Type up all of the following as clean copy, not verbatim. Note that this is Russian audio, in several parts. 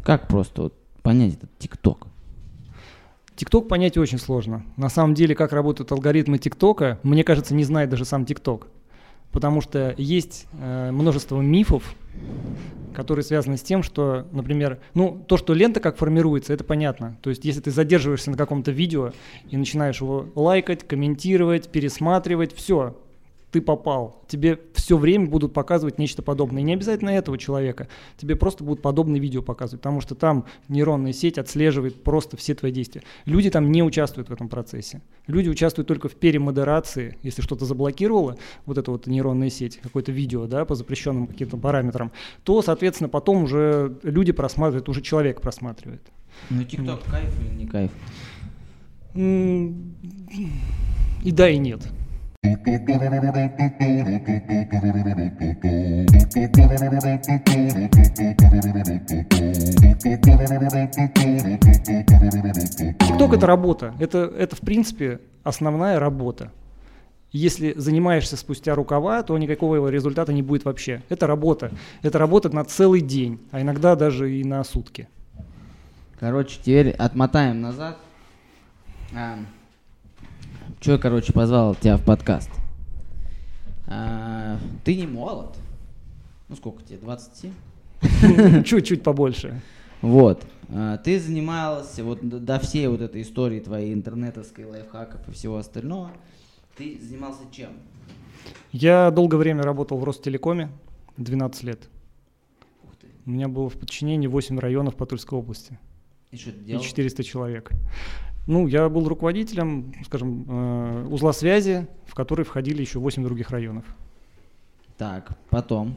как просто вот понять этот ТикТок? ТикТок понять очень сложно. На самом деле, как работают алгоритмы ТикТока, мне кажется, не знает даже сам ТикТок. Потому что есть множество мифов, которые связаны с тем, что, например, то, что лента как формируется, это понятно. То есть, если ты задерживаешься на каком-то видео и начинаешь его лайкать, комментировать, пересматривать, все, ты попал. Тебе все время будут показывать нечто подобное. И не обязательно этого человека. Тебе просто будут подобные видео показывать, потому что там нейронная сеть отслеживает просто все твои действия. Люди там не участвуют в этом процессе. Люди участвуют только в перемодерации. Если что-то заблокировало, вот эта вот нейронная сеть, какое-то видео, да, по запрещенным каким-то параметрам, то, соответственно, потом уже люди просматривают, уже человек просматривает. Ну, ТикТок кайф или не кайф? И да, и нет. ТикТок — это работа. Это в принципе основная работа. Если занимаешься спустя рукава, то никакого его результата не будет вообще. Это работа. Это работа на целый день, а иногда даже и на сутки. Короче, теперь отмотаем назад. Че, короче, позвал тебя в подкаст? Ты не молод. Ну, сколько тебе, 27? Чуть-чуть побольше. Вот. Ты занимался вот до всей вот этой истории твоей интернетовской, лайфхаков и всего остального. Ты занимался чем? Я долгое время работал в Ростелекоме, 12 лет. Ух ты. У меня было в подчинении 8 районов по Тульской области. И что ты делал? И 400 человек. Я был руководителем, скажем, узла связи, в который входили еще 8 других районов. Так, потом?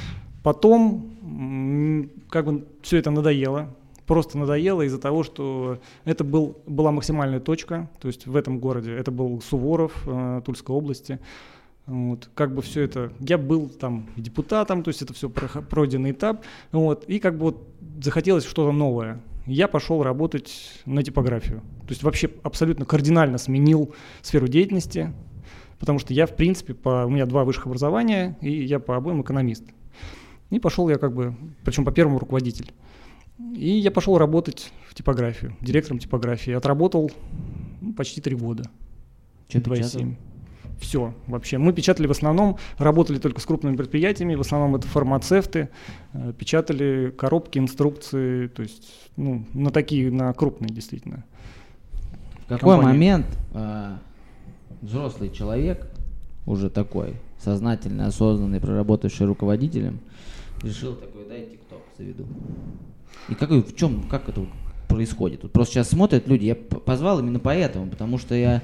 Потом, все это надоело. Просто надоело из-за того, что это была максимальная точка. То есть в этом городе, это был Суворов, Тульской области. Вот, все это, я был там депутатом, то есть это все пройденный этап. И захотелось что-то новое. Я пошел работать на типографию. То есть вообще абсолютно кардинально сменил сферу деятельности, потому что я, в принципе, у меня 2 высших образования, и я по обоим экономист. И пошел я причем по первому руководитель. И я пошел работать в типографию, директором типографии. Отработал почти 3 года. 2,7. Все, вообще. Мы печатали в основном, работали только с крупными предприятиями, в основном это фармацевты, печатали коробки, инструкции, то есть, на крупные действительно. В какой момент взрослый человек, уже такой, сознательный, осознанный, проработавший руководителем, решил такой, дай ТикТок заведу? И как это происходит? Тут просто сейчас смотрят люди, я позвал именно поэтому, потому что я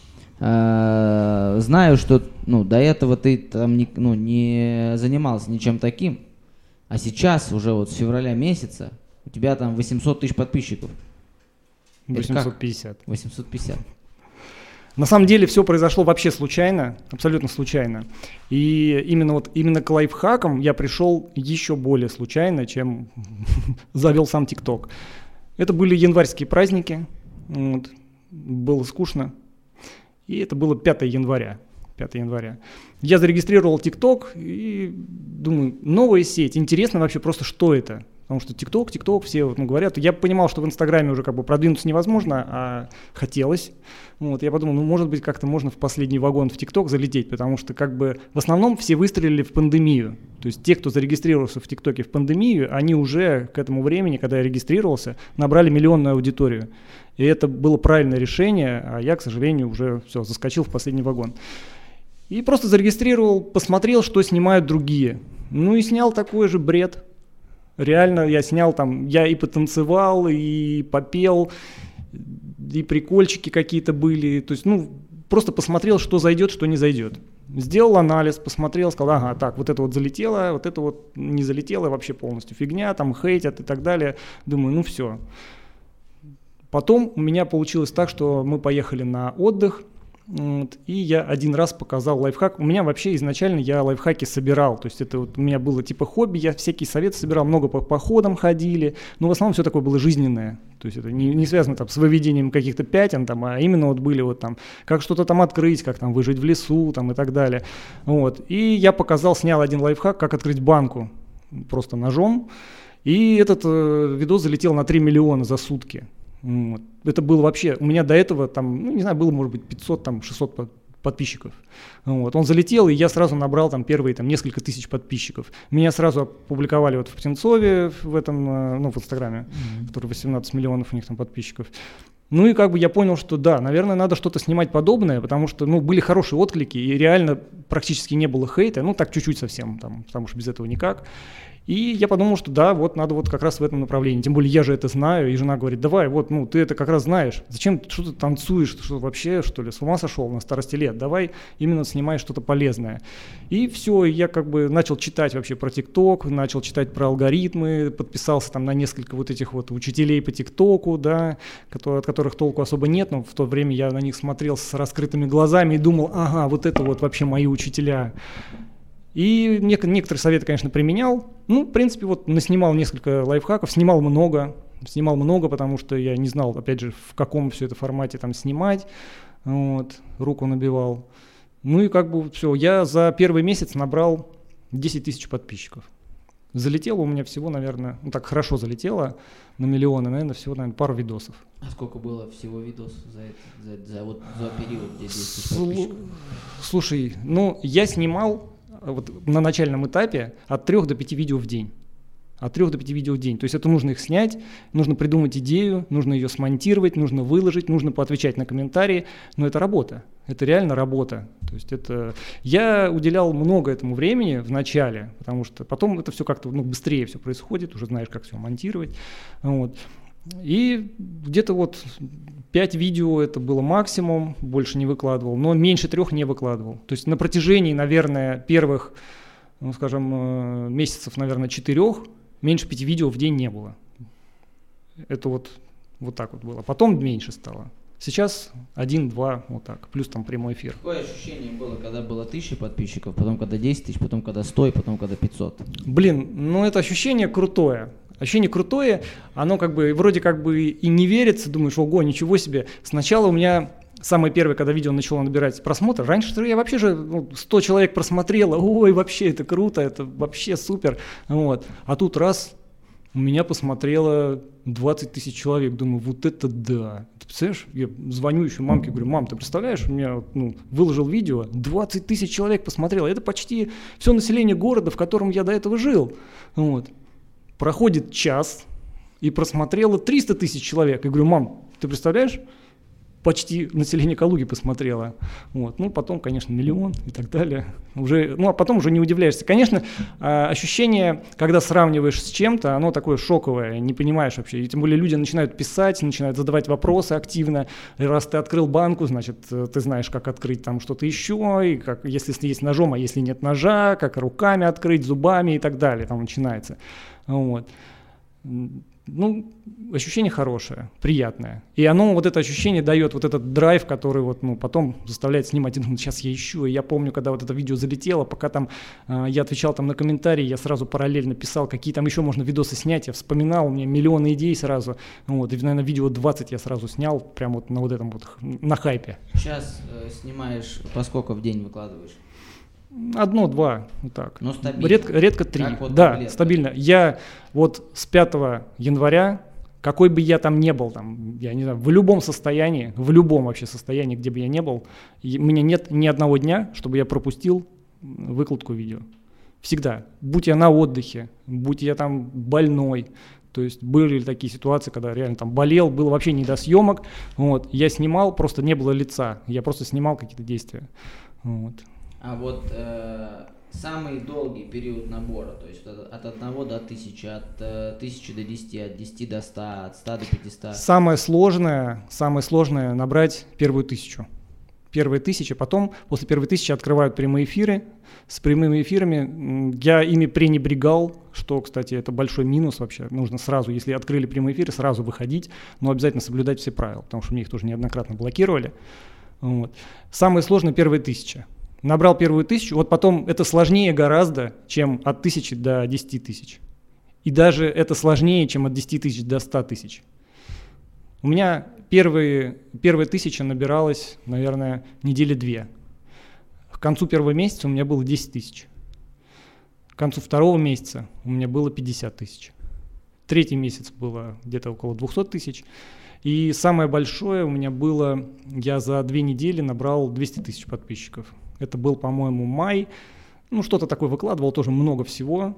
знаю, что до этого ты там не занимался ничем таким, а сейчас уже вот с февраля месяца у тебя там 800 тысяч подписчиков. 850. 850. На самом деле все произошло вообще случайно, абсолютно случайно. И именно к лайфхакам я пришел еще более случайно, чем завел сам ТикТок. Это были январские праздники, было скучно. И это было 5 января. Я зарегистрировал ТикТок и думаю, новая сеть, интересно вообще просто, что это? Потому что ТикТок, все говорят. Я понимал, что в Инстаграме уже продвинуться невозможно, а хотелось. Я подумал, может быть, как-то можно в последний вагон в ТикТок залететь, потому что в основном все выстрелили в пандемию. То есть те, кто зарегистрировался в ТикТоке в пандемию, они уже к этому времени, когда я регистрировался, набрали миллионную аудиторию. И это было правильное решение, а я, к сожалению, уже заскочил в последний вагон. И просто зарегистрировал, посмотрел, что снимают другие. И снял такой же бред. Реально я снял я и потанцевал, и попел, и прикольчики какие-то были. То есть, просто посмотрел, что зайдет, что не зайдет. Сделал анализ, посмотрел, сказал, ага, так, вот это вот залетело, вот это вот не залетело, вообще полностью фигня, хейтят и так далее. Думаю, все. Потом у меня получилось так, что мы поехали на отдых, и я один раз показал лайфхак. У меня вообще изначально я лайфхаки собирал, то есть это у меня было типа хобби, я всякие советы собирал, много по походам ходили, но в основном все такое было жизненное, то есть это не связано с выведением каких-то пятен, а именно были как что-то открыть, как выжить в лесу и так далее. И я снял один лайфхак, как открыть банку просто ножом. И этот видос залетел на 3 миллиона за сутки. Вот. Это было вообще, у меня до этого там, ну, не знаю, было, может быть, 500, там, 600 подписчиков. Вот. Он залетел, и я сразу набрал там первые там, несколько тысяч подписчиков. Меня сразу опубликовали вот в Птенцове, в этом, ну, в Инстаграме, который 18 миллионов у них там подписчиков. Ну и как бы я понял, что да, наверное, надо что-то снимать подобное, потому что, ну, были хорошие отклики, и реально практически не было хейта, ну, так чуть-чуть совсем, там, потому что без этого никак. И я подумал, что да, вот надо вот как раз в этом направлении. Тем более я же это знаю, и жена говорит, давай, вот, ну, ты это как раз знаешь. Зачем, что ты танцуешь, что вообще, что ли, с ума сошел на старости лет? Давай именно снимай что-то полезное. И все, я как бы начал читать вообще про ТикТок, начал читать про алгоритмы, подписался там на несколько вот этих вот учителей по ТикТоку, да, от которых толку особо нет, но в то время я на них смотрел с раскрытыми глазами и думал, ага, вот это вот вообще мои учителя. И некоторые советы, конечно, применял. Ну, в принципе, вот наснимал несколько лайфхаков, снимал много, потому что я не знал, опять же, в каком все это формате там снимать. Вот, руку набивал. Ну и как бы все, я за первый месяц набрал 10 тысяч подписчиков. Залетело у меня всего, наверное, ну так хорошо залетело на миллионы, наверное, всего, наверное, пару видосов. А сколько было всего видосов за период, где 10 тысяч подписчиков? Слушай, ну я снимал вот на начальном этапе от 3 до 5 видео в день. От 3 до 5 видео в день. То есть это нужно их снять, нужно придумать идею, нужно ее смонтировать, нужно выложить, нужно поотвечать на комментарии. Но это работа. Это реально работа. То есть это... Я уделял много этому времени в начале, потому что потом это все как-то быстрее все происходит, уже знаешь, как все монтировать. Вот. И где-то вот 5 видео это было максимум, больше не выкладывал, но меньше 3 не выкладывал. То есть на протяжении, наверное, первых, ну, скажем, месяцев, наверное, 4, меньше 5 видео в день не было. Это вот так вот было. Потом меньше стало. Сейчас 1-2, вот так, плюс там прямой эфир. Какое ощущение было, когда было 1000 подписчиков, потом когда 10 тысяч, потом когда 100 и потом когда 500? Блин, ну это ощущение крутое. Ощущение крутое, оно как бы вроде как бы и не верится, думаешь, ого, ничего себе. Сначала у меня самое первое, когда видео начало набирать просмотр, раньше я вообще же 100 человек просмотрело, ой, вообще это круто, это вообще супер. Вот. А тут раз, у меня посмотрело 20 тысяч человек, думаю, вот это да. Ты представляешь, я звоню еще мамке, говорю, мам, ты представляешь, у меня выложил видео, 20 тысяч человек посмотрело, это почти все население города, в котором я до этого жил. Вот. Проходит час, и просмотрело 300 тысяч человек. Я говорю, мам, ты представляешь, почти население Калуги посмотрело. Вот. Ну, потом, конечно, 1 миллион и так далее. Уже, ну, а потом уже не удивляешься. Конечно, ощущение, когда сравниваешь с чем-то, оно такое шоковое, не понимаешь вообще. И тем более люди начинают писать, начинают задавать вопросы активно. И раз ты открыл банку, значит, ты знаешь, как открыть там что-то еще, и как, если есть ножом, а если нет ножа, как руками открыть, зубами и так далее. Там начинается. Вот. Ну, ощущение хорошее, приятное. И оно, вот это ощущение дает вот этот драйв, который вот, ну, потом заставляет снимать. И думаю, сейчас я ищу. И я помню, когда вот это видео залетело, пока там я отвечал там на комментарии, я сразу параллельно писал, какие там еще можно видосы снять. Я вспоминал, у меня миллионы идей сразу. Вот, и, наверное, видео 20 я сразу снял, прям вот на вот этом вот, на хайпе. Сейчас снимаешь, по сколько в день выкладываешь? 1-2, вот так. Но стабильно. Редко 3. Вот да, лет, стабильно. Я вот с 5 января, какой бы я там не был, там, я не знаю, в любом состоянии, в любом вообще состоянии, где бы я не был, у меня нет ни одного дня, чтобы я пропустил выкладку видео. Всегда. Будь я на отдыхе, будь я там больной. То есть были такие ситуации, когда реально там болел, было вообще не до съемок. Вот. Я снимал, просто не было лица. Я просто снимал какие-то действия. Вот. А вот самый долгий период набора, то есть от 1 до 1000, от 1000 до 10, от 10 до 100, от 100 до 500. Самое сложное набрать первую 1000. Первые 1000, потом после первой 1000 открывают прямые эфиры. С прямыми эфирами я ими пренебрегал, что, кстати, это большой минус вообще. Нужно сразу, если открыли прямые эфиры, сразу выходить, но обязательно соблюдать все правила, потому что мне их тоже неоднократно блокировали. Вот. Самое сложное первые 1000. Набрал первую 1000, вот потом это сложнее гораздо, чем от 1000 до 10 тысяч. И даже это сложнее, чем от 10 тысяч до 100 тысяч. У меня первые 1000 набиралось, наверное, недели 2. К концу первого месяца у меня было 10 тысяч. К концу второго месяца у меня было 50 тысяч. третий месяц было где-то около 200 тысяч. И самое большое у меня было, я за 2 недели набрал 200 тысяч подписчиков. Это был, по-моему, май. Что-то такое выкладывал, тоже много всего.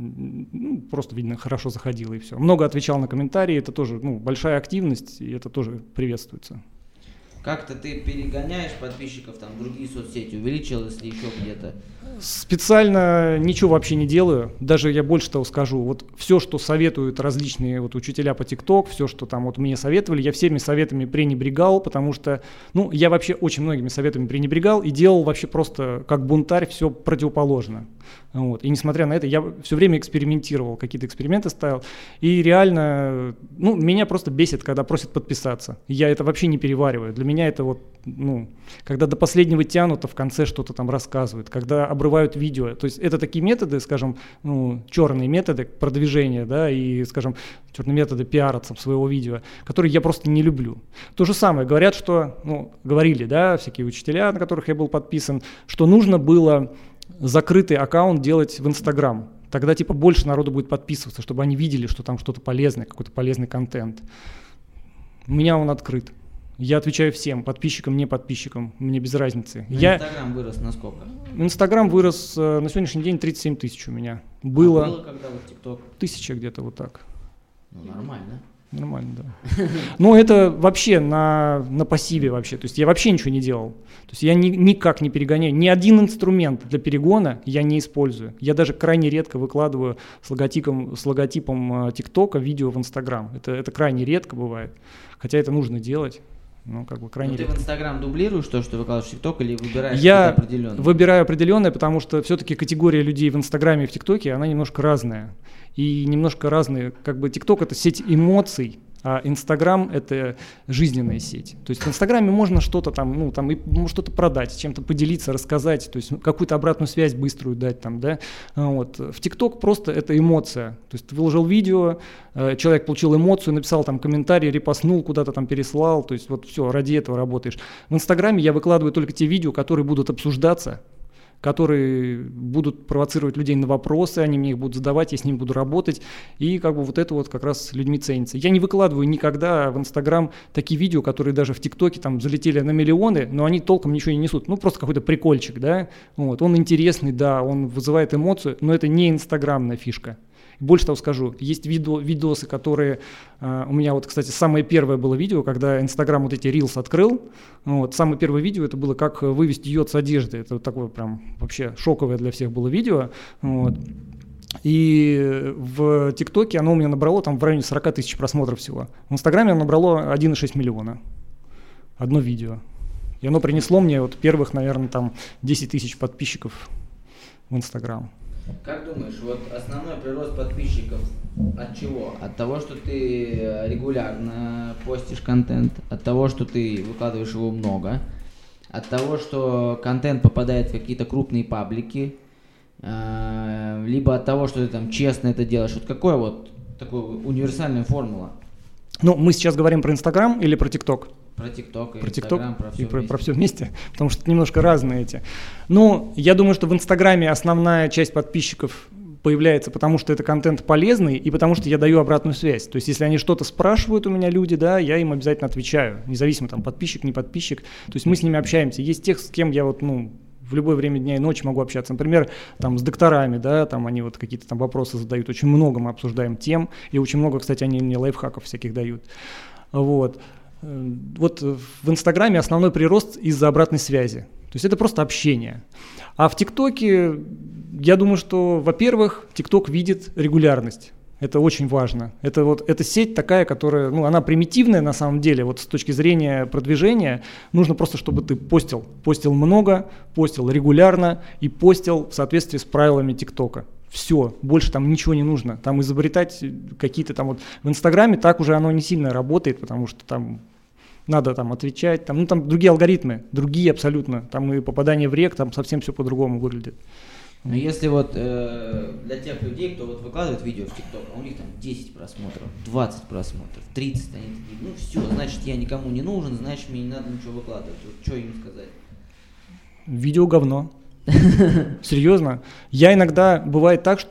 Просто, видно, хорошо заходило и все. Много отвечал на комментарии, это тоже большая активность, и это тоже приветствуется. Как-то ты перегоняешь подписчиков там в другие соцсети, увеличилось ли еще где-то? Специально ничего вообще не делаю. Даже я больше того скажу. Вот все, что советуют различные учителя по ТикТок, все, что там мне советовали, я всеми советами пренебрегал, потому что, я вообще очень многими советами пренебрегал и делал вообще просто как бунтарь все противоположно. И несмотря на это, я все время экспериментировал, какие-то эксперименты ставил. И реально, меня просто бесит, когда просят подписаться. Я это вообще не перевариваю. Для меня это когда до последнего тянут, а в конце что-то там рассказывают, когда обрывают видео. То есть это такие методы, скажем, черные методы продвижения, да, и, скажем, черные методы пиара своего видео, которые я просто не люблю. То же самое говорят, что, говорили, да, всякие учителя, на которых я был подписан, что нужно было закрытый аккаунт делать в Инстаграм. Тогда больше народу будет подписываться, чтобы они видели, что там что-то полезное, какой-то полезный контент. У меня он открыт. Я отвечаю всем, подписчикам, не подписчикам, мне без разницы. Инстаграм вырос на сколько? Инстаграм вырос на сегодняшний день 37 тысяч у меня. Было когда ТикТок? 1000 где-то вот так. Нормально. Нормально, да. Но это вообще на пассиве вообще. То есть я вообще ничего не делал. То есть я никак не перегоняю. Ни один инструмент для перегона я не использую. Я даже крайне редко выкладываю с логотипом ТикТока видео в Инстаграм. Это крайне редко бывает. Хотя это нужно делать. Крайне редко. Ты в Инстаграм дублируешь то, что выкладываешь в ТикТок, или выбираешь я определенное? Я выбираю определенное, потому что все-таки категория людей в Инстаграме и в ТикТоке, она немножко разная. И немножко разные, ТикТок — это сеть эмоций, а Инстаграм — это жизненная сеть. То есть в Инстаграме можно что-то что-то продать, чем-то поделиться, рассказать, то есть какую-то обратную связь быструю дать там, да. В ТикТок просто это эмоция. То есть ты выложил видео, человек получил эмоцию, написал там комментарий, репостнул, куда-то там переслал, то есть все, ради этого работаешь. В Инстаграме я выкладываю только те видео, которые будут обсуждаться, которые будут провоцировать людей на вопросы, они мне их будут задавать, я с ними буду работать, и это как раз людьми ценится. Я не выкладываю никогда в Инстаграм такие видео, которые даже в ТикТоке там залетели на миллионы, но они толком ничего не несут, просто какой-то прикольчик, да, он интересный, да, он вызывает эмоцию, но это не инстаграмная фишка. Больше того скажу, есть видосы, которые у меня кстати, самое первое было видео, когда Инстаграм эти Reels открыл. Самое первое видео это было, как вывести йод с одежды. Это такое прям вообще шоковое для всех было видео. И в ТикТоке оно у меня набрало там в районе 40 тысяч просмотров всего. В Инстаграме оно набрало 1,6 миллиона. Одно видео. И оно принесло мне первых, наверное, там 10 тысяч подписчиков в Инстаграм. Как думаешь, основной прирост подписчиков от чего? От того, что ты регулярно постишь контент, от того, что ты выкладываешь его много, от того, что контент попадает в какие-то крупные паблики, либо от того, что ты там честно это делаешь? Какая такая универсальная формула? Мы сейчас говорим про Инстаграм или про ТикТок? Про ТикТок и Инстаграм, про все вместе, потому что немножко разные эти. Я думаю, что в Инстаграме основная часть подписчиков появляется, потому что это контент полезный и потому что я даю обратную связь. То есть если они что-то спрашивают у меня люди, да, я им обязательно отвечаю, независимо подписчик, не подписчик. То есть мы с ними общаемся. Есть тех, с кем я в любое время дня и ночи могу общаться. Например, с докторами, да, они какие-то там вопросы задают. Очень много мы обсуждаем тем, и очень много, кстати, они мне лайфхаков всяких дают. В Инстаграме основной прирост из-за обратной связи. То есть это просто общение. А в ТикТоке, я думаю, что, во-первых, ТикТок видит регулярность. Это очень важно. Это сеть такая, которая, она примитивная на самом деле. С точки зрения продвижения нужно просто, чтобы ты постил много, постил регулярно и постил в соответствии с правилами ТикТока. Все, больше там ничего не нужно. Там изобретать какие-то в Инстаграме так уже оно не сильно работает, потому что там надо отвечать, там другие алгоритмы, другие абсолютно. Там и попадание в рек, там совсем все по-другому выглядит. Но если для тех людей, кто выкладывает видео в ТикТок, а у них там 10 просмотров, 20 просмотров, 30, они такие, все, значит, я никому не нужен, значит, мне не надо ничего выкладывать. Что им сказать? Видео говно. Серьезно. Я иногда, бывает так, что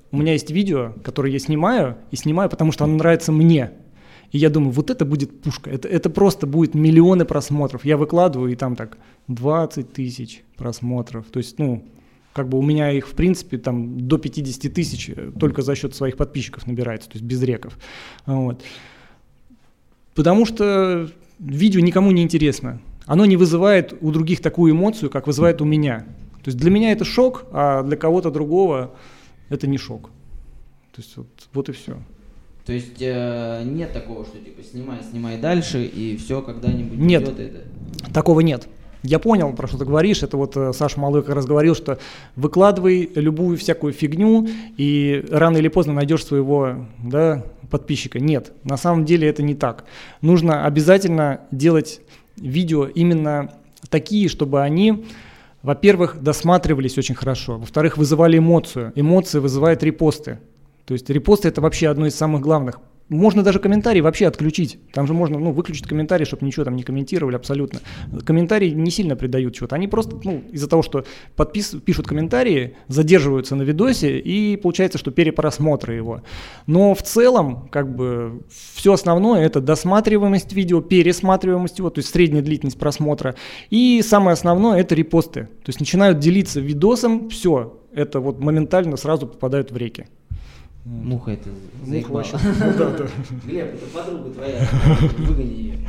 у меня есть видео, которое я снимаю, потому что оно нравится мне. И я думаю, вот это будет пушка, это просто будет миллионы просмотров. Я выкладываю, и там так 20 тысяч просмотров. То есть, ну, как бы у меня их, в принципе, там до 50 тысяч только за счет своих подписчиков набирается, то есть без реков. Вот. Потому что видео никому не интересно. Оно не вызывает у других такую эмоцию, как вызывает у меня. То есть для меня это шок, а для кого-то другого это не шок. То есть вот и все. То есть нет такого, что типа снимай дальше, и все когда-нибудь нет, идет это? Такого нет. Я понял, про что ты говоришь. Это вот Саша Малой как раз говорил, что выкладывай любую всякую фигню, и рано или поздно найдешь своего, да, подписчика. Нет, на самом деле это не так. Нужно обязательно делать видео именно такие, чтобы они, во-первых, досматривались очень хорошо, во-вторых, вызывали эмоцию. Эмоции вызывают репосты. То есть репосты – это вообще одно из самых главных. Можно даже комментарии вообще отключить. Там же можно выключить комментарии, чтобы ничего там не комментировали абсолютно. Комментарии не сильно придают чего-то. Они просто из-за того, что пишут комментарии, задерживаются на видосе, и получается, что перепросмотры его. Но в целом, как бы, все основное – это досматриваемость видео, пересматриваемость его, то есть средняя длительность просмотра. И самое основное – это репосты. То есть начинают делиться видосом, все, это вот моментально сразу попадают в реки. Муха это заебала. Глеб, это подруга твоя, выгони ее.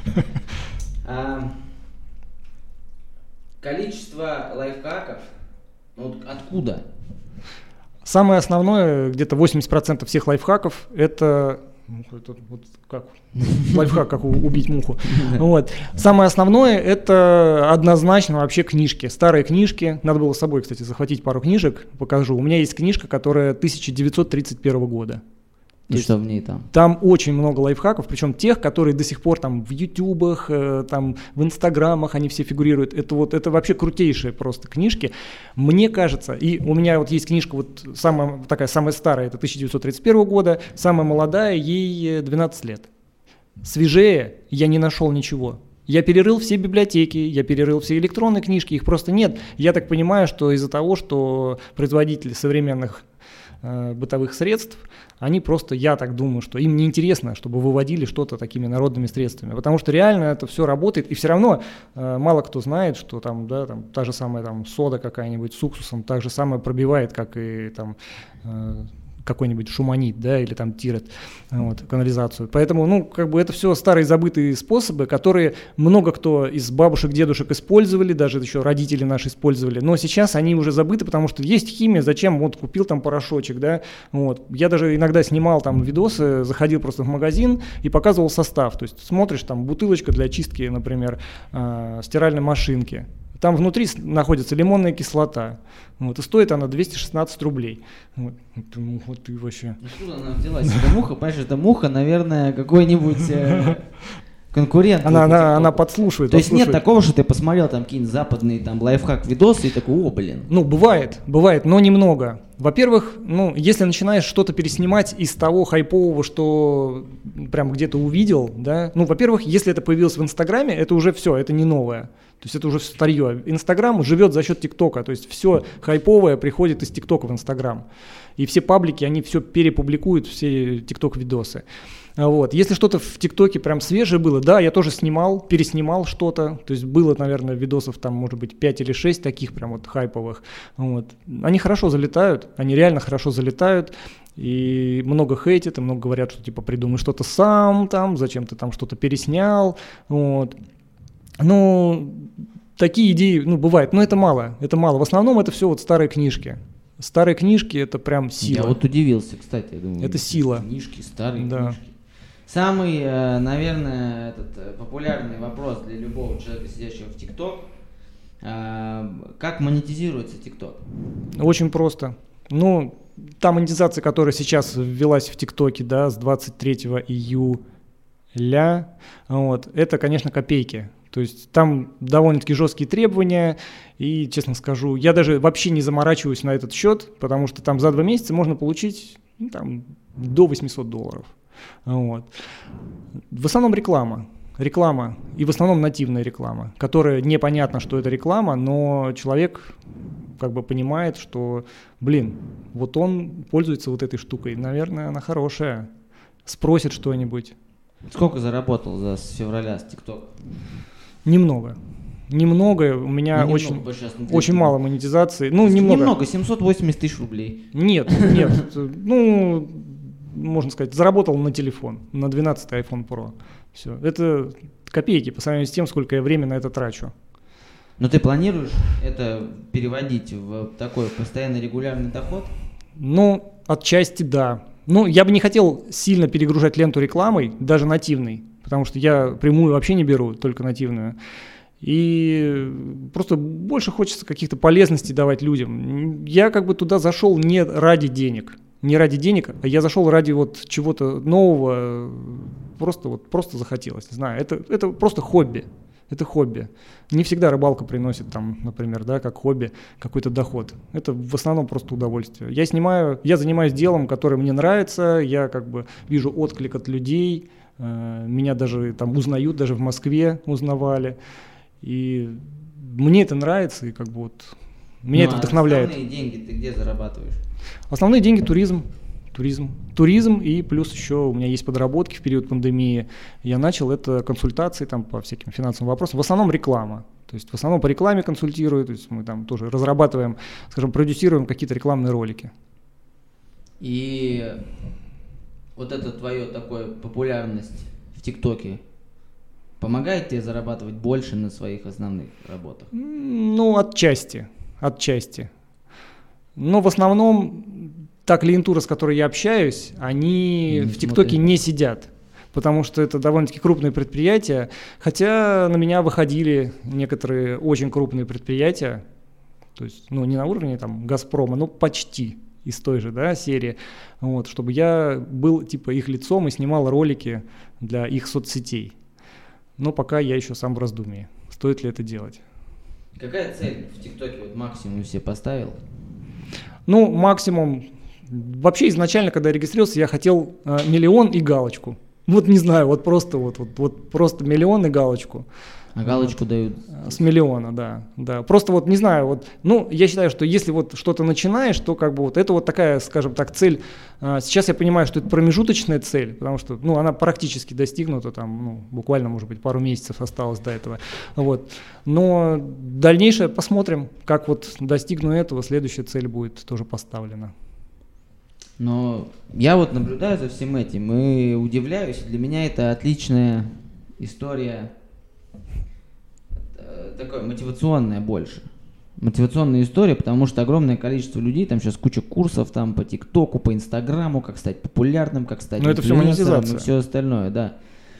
Количество лайфхаков, откуда? Самое основное, где-то 80% всех лайфхаков, это как лайфхак, как убить муху. Вот. Самое основное – это однозначно вообще книжки, старые книжки. Надо было с собой, кстати, захватить пару книжек, покажу. У меня есть книжка, которая 1931 года. И что в ней там? Там очень много лайфхаков, причем тех, которые до сих пор там в ютубах, там в инстаграмах они все фигурируют. Это вообще крутейшие просто книжки. Мне кажется, и у меня вот есть книжка самая старая, это 1931 года, самая молодая, ей 12 лет. Свежее я не нашел ничего. Я перерыл все библиотеки, я перерыл все электронные книжки, их просто нет. Я так понимаю, что из-за того, что производители современных бытовых средств, они просто, я так думаю, что им неинтересно, чтобы выводили что-то такими народными средствами, потому что реально это все работает, и все равно мало кто знает, что там, да, там та же самая там сода какая-нибудь с уксусом так же самое пробивает, как и там какой-нибудь шуманит, да, или там тирет, канализацию. Поэтому, это все старые забытые способы, которые много кто из бабушек, дедушек использовали, даже еще родители наши использовали, но сейчас они уже забыты, потому что есть химия, зачем, купил там порошочек, да, Я даже иногда снимал там видосы, заходил просто в магазин и показывал состав, то есть смотришь, там бутылочка для очистки, например, стиральной машинки. Там внутри находится лимонная кислота. И стоит она 216 рублей. Ты вообще. Откуда она взялась? Эта муха, понимаешь, эта муха, наверное, какой-нибудь конкурент. Она подслушивает. То есть нет такого, что ты посмотрел там какие-нибудь западные там лайфхак-видосы и такой, блин. Бывает, но немного. Во-первых, если начинаешь что-то переснимать из того хайпового, что прям где-то увидел, да, во-первых, если это появилось в Инстаграме, это уже все, это не новое. То есть это уже старье. Инстаграм живет за счет ТикТока, то есть все хайповое приходит из ТикТока в Инстаграм. И все паблики, они все перепубликуют, все ТикТок-видосы. Если что-то в ТикТоке прям свежее было, да, я тоже переснимал что-то, то есть было, наверное, видосов там, может быть, 5 или 6 таких прям хайповых. Они хорошо залетают, они реально хорошо залетают, и много хейтят, и много говорят, что типа придумай что-то сам там, зачем ты там что-то переснял, такие идеи, бывает, но это мало. В основном это все старые книжки. Старые книжки – это прям сила. Я удивился, кстати. Я думаю, это сила. Книжки, старые да. книжки. Самый, наверное, популярный вопрос для любого человека, сидящего в ТикТок. Как монетизируется ТикТок? Очень просто. Та монетизация, которая сейчас ввелась в ТикТоке, да, с 23 июля, это, конечно, копейки. То есть там довольно-таки жесткие требования, и, честно скажу, я даже вообще не заморачиваюсь на этот счет, потому что там за 2 месяца можно получить до $800. В основном реклама, и в основном нативная реклама, которая непонятно, что это реклама, но человек как бы понимает, что, блин, вот он пользуется вот этой штукой, наверное, она хорошая, спросит что-нибудь. Сколько заработал с февраля с ТикТок? Немного, у меня очень мало монетизации. Ну, немного, 780 тысяч рублей. Нет, ну, можно сказать, заработал на телефон, на 12-й iPhone Pro. Все, это копейки по сравнению с тем, сколько я времени на это трачу. Но ты планируешь это переводить в такой постоянный регулярный доход? Ну, отчасти да. Ну, я бы не хотел сильно перегружать ленту рекламой, даже нативной, потому что я прямую вообще не беру, только нативную. И просто больше хочется каких-то полезностей давать людям. Я как бы туда зашел не ради денег, а я зашел ради вот чего-то нового, просто захотелось, не знаю, это просто хобби. Это хобби. Не всегда рыбалка приносит там, например, да, как хобби какой-то доход. Это в основном просто удовольствие. Я занимаюсь делом, которое мне нравится, я как бы вижу отклик от людей, меня даже там узнают, даже в Москве узнавали. И мне это нравится, и как бы вот меня это вдохновляет. Основные деньги ты где зарабатываешь? Основные деньги туризм, и плюс еще у меня есть подработки в период пандемии. Я начал это консультации там по всяким финансовым вопросам, в основном реклама. То есть в основном по рекламе консультирую, то есть мы там тоже разрабатываем, скажем, продюсируем какие-то рекламные ролики. И вот это твоя такая популярность в ТикТоке помогает тебе зарабатывать больше на своих основных работах? Ну, отчасти. Но в основном та клиентура, с которой я общаюсь, они в ТикТоке не сидят, потому что это довольно-таки крупные предприятия, хотя на меня выходили некоторые очень крупные предприятия, то есть, ну, не на уровне там Газпрома, но почти из той же, да, серии, вот, чтобы я был типа их лицом и снимал ролики для их соцсетей. Но пока я еще сам в раздумье, стоит ли это делать. Какая цель в ТикТоке вот максимум себе поставил? Ну, максимум. Вообще изначально, когда я регистрировался, я хотел 1 миллион и галочку. Вот не знаю, вот просто 1 миллион и галочку. А галочку дают? С миллиона, да. Просто вот не знаю, вот, ну, я считаю, что если вот что-то начинаешь, то как бы вот это вот такая, скажем так, цель. Сейчас я понимаю, что это промежуточная цель, потому что, ну, она практически достигнута, там, ну, буквально, может быть, пару месяцев осталось до этого. Вот. Но дальнейшее посмотрим, как вот достигну этого, следующая цель будет тоже поставлена. Но я вот наблюдаю за всем этим и удивляюсь. Для меня это отличная история, такая мотивационная больше. Мотивационная история, потому что огромное количество людей, там сейчас куча курсов там по ТикТоку, по Инстаграму, как стать популярным, как стать инфлюенсером и все остальное, да.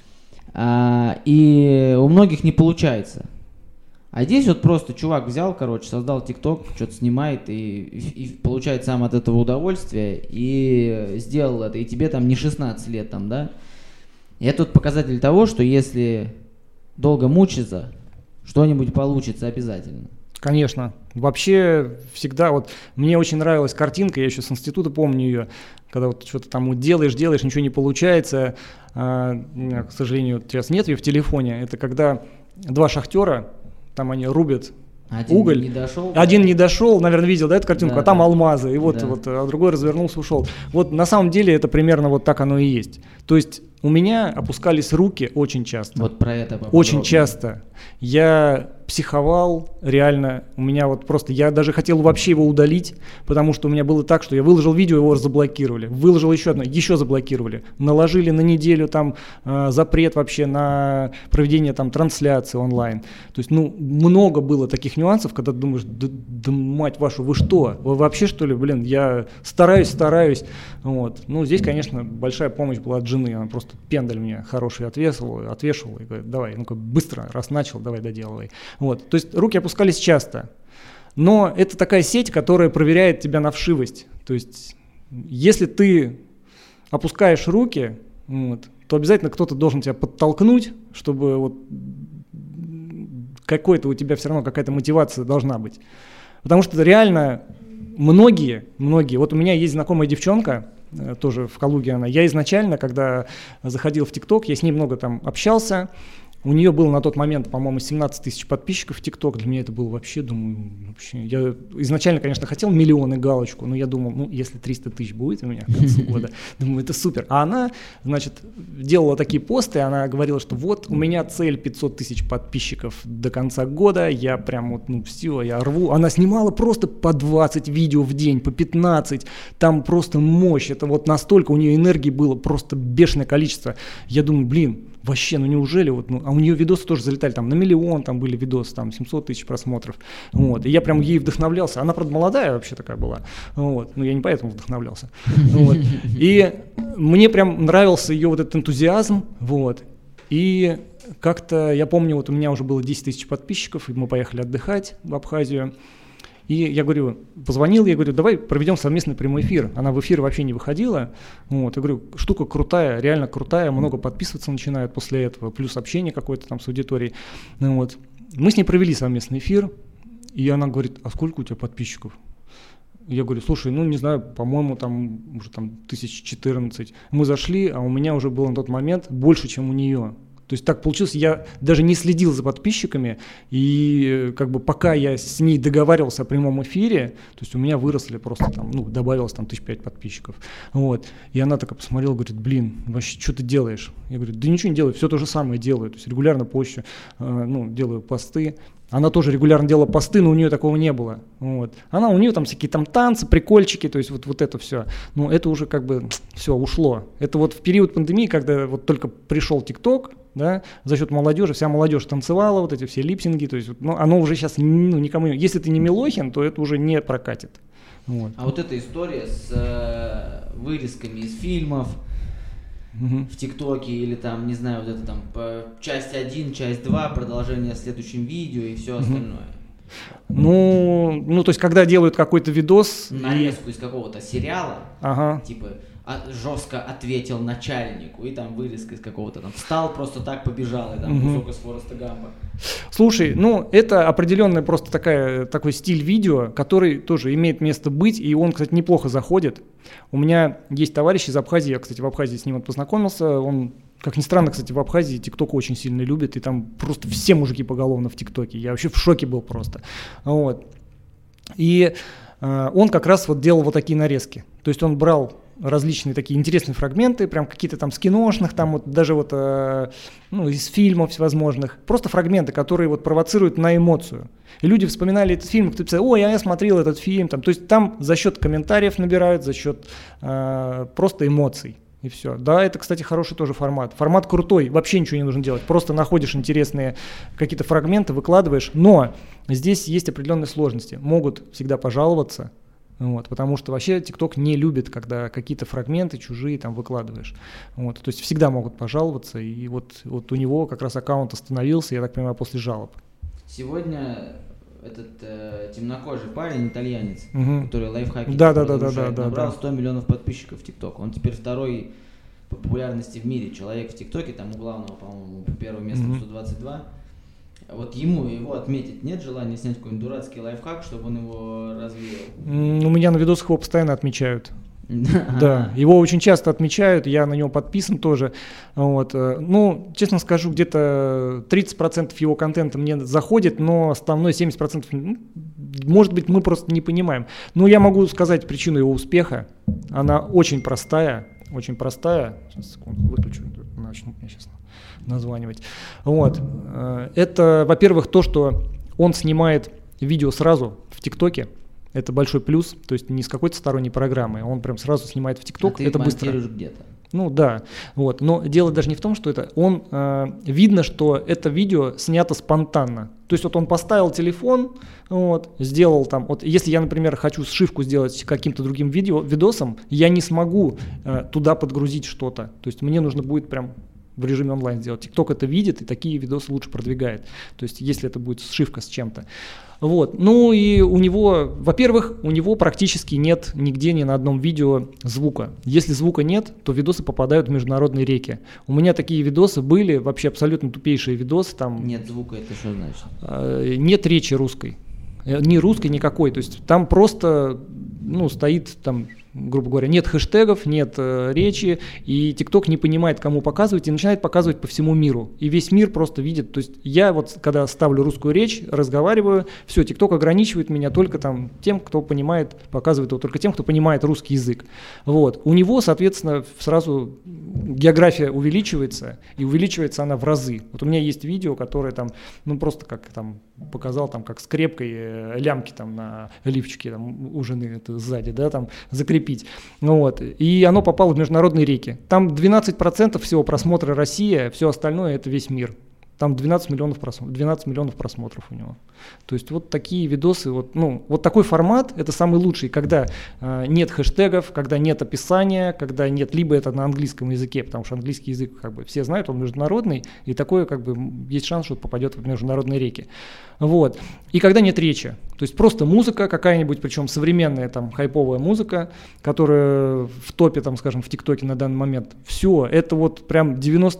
И у многих не получается. А здесь вот просто чувак взял, создал ТикТок, что-то снимает и получает сам от этого удовольствие, и сделал это, и тебе там не 16 лет там, да. И это вот показатель того, что если долго мучиться, что-нибудь получится обязательно. Конечно. Вообще всегда вот мне очень нравилась картинка, я еще с института помню ее, когда вот что-то там делаешь, ничего не получается. У меня, к сожалению, сейчас нет ее в телефоне. Это когда два шахтера, там они рубят уголь. Один не дошел, наверное, видел, да, эту картинку, да, а там да. Алмазы, и а другой развернулся, ушел. Вот на самом деле это примерно вот так оно и есть. То есть у меня опускались руки очень часто. Вот про это поподробнее. Очень часто. Я психовал, реально, у меня вот просто, я даже хотел вообще его удалить, потому что у меня было так, что я выложил видео, его заблокировали, выложил еще одно, еще заблокировали, наложили на неделю там запрет вообще на проведение там трансляции онлайн. То есть, ну, много было таких нюансов, когда ты думаешь, да мать вашу, вы что, вы вообще что ли, блин, я стараюсь, вот. Ну, здесь, конечно, большая помощь была от жены, она просто пендаль мне хороший отвешивала и говорит, давай, ну-ка быстро, раз начал, давай доделывай. Вот. То есть руки опускались часто. Но это такая сеть, которая проверяет тебя на вшивость. То есть если ты опускаешь руки, вот, то обязательно кто-то должен тебя подтолкнуть, чтобы вот какой-то у тебя все равно какая-то мотивация должна быть. Потому что реально многие, вот у меня есть знакомая девчонка, тоже в Калуге она, я изначально, когда заходил в ТикТок, я с ней много там общался, У нее было на тот момент, по-моему, 17 тысяч подписчиков в ТикТок. Для меня это было вообще, я изначально, конечно, хотел миллионы галочку, но я думал, если 300 тысяч будет у меня к концу года, думаю, это супер. А она, значит, делала такие посты, она говорила, что вот у меня цель 500 тысяч подписчиков до конца года, я прям все, я рву. Она снимала просто по 20 видео в день, по 15, там просто мощь, это вот настолько у нее энергии было просто бешеное количество. Я думаю, вообще, неужели а у нее видосы тоже залетали, там на миллион, там были видосы, там 700 тысяч просмотров, вот, и я прям ей вдохновлялся, она, правда, молодая вообще такая была, вот, я не поэтому вдохновлялся, вот, и мне прям нравился ее вот этот энтузиазм, вот, и как-то, я помню, вот у меня уже было 10 тысяч подписчиков, и мы поехали отдыхать в Абхазию. И я говорю, позвонил, я говорю, давай проведем совместный прямой эфир. Она в эфир вообще не выходила. Вот, я говорю, штука крутая, реально крутая, много подписываться начинают после этого, плюс общение какое-то там с аудиторией. Вот. Мы с ней провели совместный эфир, и она говорит, а сколько у тебя подписчиков? Я говорю, слушай, не знаю, по-моему, там уже 1014. Мы зашли, а у меня уже было на тот момент больше, чем у нее. То есть так получилось, я даже не следил за подписчиками, и пока я с ней договаривался о прямом эфире, то есть у меня выросли просто добавилось 1005 подписчиков. Вот. И она такая посмотрела, говорит, вообще, что ты делаешь? Я говорю, да ничего не делаю, все то же самое делаю. То есть регулярно позже делаю посты. Она тоже регулярно делала посты, но у нее такого не было. Вот. У нее там всякие танцы, прикольчики, то есть вот это все. Но это уже все ушло. Это вот в период пандемии, когда вот только пришел ТикТок, да, за счет молодежи, вся молодежь танцевала, вот эти все липсинги, то есть оно уже сейчас никому не... Если ты не Милохин, то это уже не прокатит. Вот. А вот эта история с вырезками из фильмов, в ТикТоке или там, не знаю, вот это там часть 1, часть 2, продолжение в следующем видео и все остальное. То есть, когда делают какой-то видос... Нарезку из какого-то сериала, типа жестко ответил начальнику, и там вырезка из какого-то там встал, просто так побежал, и там кусок из Фореста Гампа. Слушай, это определенный просто такой стиль видео, который тоже имеет место быть, и он, кстати, неплохо заходит. У меня есть товарищ из Абхазии, я, кстати, в Абхазии с ним познакомился, он, как ни странно, кстати, в Абхазии ТикТок очень сильно любит, и там просто все мужики поголовно в ТикТоке, я вообще в шоке был просто. Вот. И он как раз делал вот такие нарезки, то есть он брал различные такие интересные фрагменты, прям какие-то там с киношных, там даже из фильмов всевозможных, просто фрагменты, которые провоцируют на эмоцию. И люди вспоминали этот фильм, кто писал, я смотрел этот фильм, то есть там за счет комментариев набирают, за счет просто эмоций. И все. Да, это, кстати, хороший тоже формат. Формат крутой, вообще ничего не нужно делать. Просто находишь интересные какие-то фрагменты, выкладываешь. Но здесь есть определенные сложности. Могут всегда пожаловаться, потому что вообще ТикТок не любит, когда какие-то фрагменты чужие там выкладываешь. То есть всегда могут пожаловаться. И вот у него как раз аккаунт остановился, я так понимаю, после жалоб. Сегодня этот темнокожий парень, итальянец, который лайфхаки набрал 100 миллионов подписчиков в ТикТок. Он теперь второй по популярности в мире человек в ТикТоке, там у главного, по-моему, первое место 122. Вот его отметить нет желания снять какой-нибудь дурацкий лайфхак, чтобы он его развеял? У меня на видосах его постоянно отмечают. Да, его очень часто отмечают, я на него подписан тоже. Честно скажу, где-то 30% его контента мне заходит, но основной 70%, может быть, мы просто не понимаем. Но я могу сказать причину его успеха. Она очень простая. Сейчас, секунду, выключу, начнут мне сейчас названивать. Это, во-первых, то, что он снимает видео сразу в ТикТоке. Это большой плюс, то есть не с какой-то сторонней программы, он прям сразу снимает в ТикТок, это быстро. Где-то. Да, но дело даже не в том, что видно, что это видео снято спонтанно. То есть он поставил телефон, сделал там, если я, например, хочу сшивку сделать каким-то другим видосом, я не смогу туда подгрузить что-то, то есть мне нужно будет прям в режиме онлайн сделать. ТикТок это видит и такие видосы лучше продвигает. То есть если это будет сшивка с чем-то. И у него, во-первых, у него практически нет нигде ни на одном видео звука. Если звука нет, то видосы попадают в международные реки. У меня такие видосы были, вообще абсолютно тупейшие видосы. Там нет звука, это что значит? Нет речи русской. Ни русской, никакой. То есть там просто стоит там грубо говоря, нет хэштегов, нет речи, и ТикТок не понимает, кому показывать, и начинает показывать по всему миру. И весь мир просто видит. То есть я вот, когда ставлю русскую речь, разговариваю, все, ТикТок ограничивает меня только там тем, кто понимает, показывает его только тем, кто понимает русский язык. Вот. У него, соответственно, сразу география увеличивается, и увеличивается она в разы. Вот у меня есть видео, которое там, ну просто как там показал, там как скрепкой лямки там на лифчике там, у жены это сзади, да, там закрепить. Ну, вот. И оно попало в международные реки. Там 12% всего просмотра Россия, все остальное это весь мир. Там 12 миллионов просмотров у него. То есть вот такие видосы, вот, ну, вот такой формат, это самый лучший, когда нет хэштегов, когда нет описания, когда нет, либо это на английском языке, потому что английский язык, как бы, все знают, он международный, и такое, как бы, есть шанс, что попадет в международные реки. Вот. И когда нет речи, то есть просто музыка какая-нибудь, причем современная, там, хайповая музыка, которая в топе, там, скажем, в ТикТоке на данный момент, все, это вот прям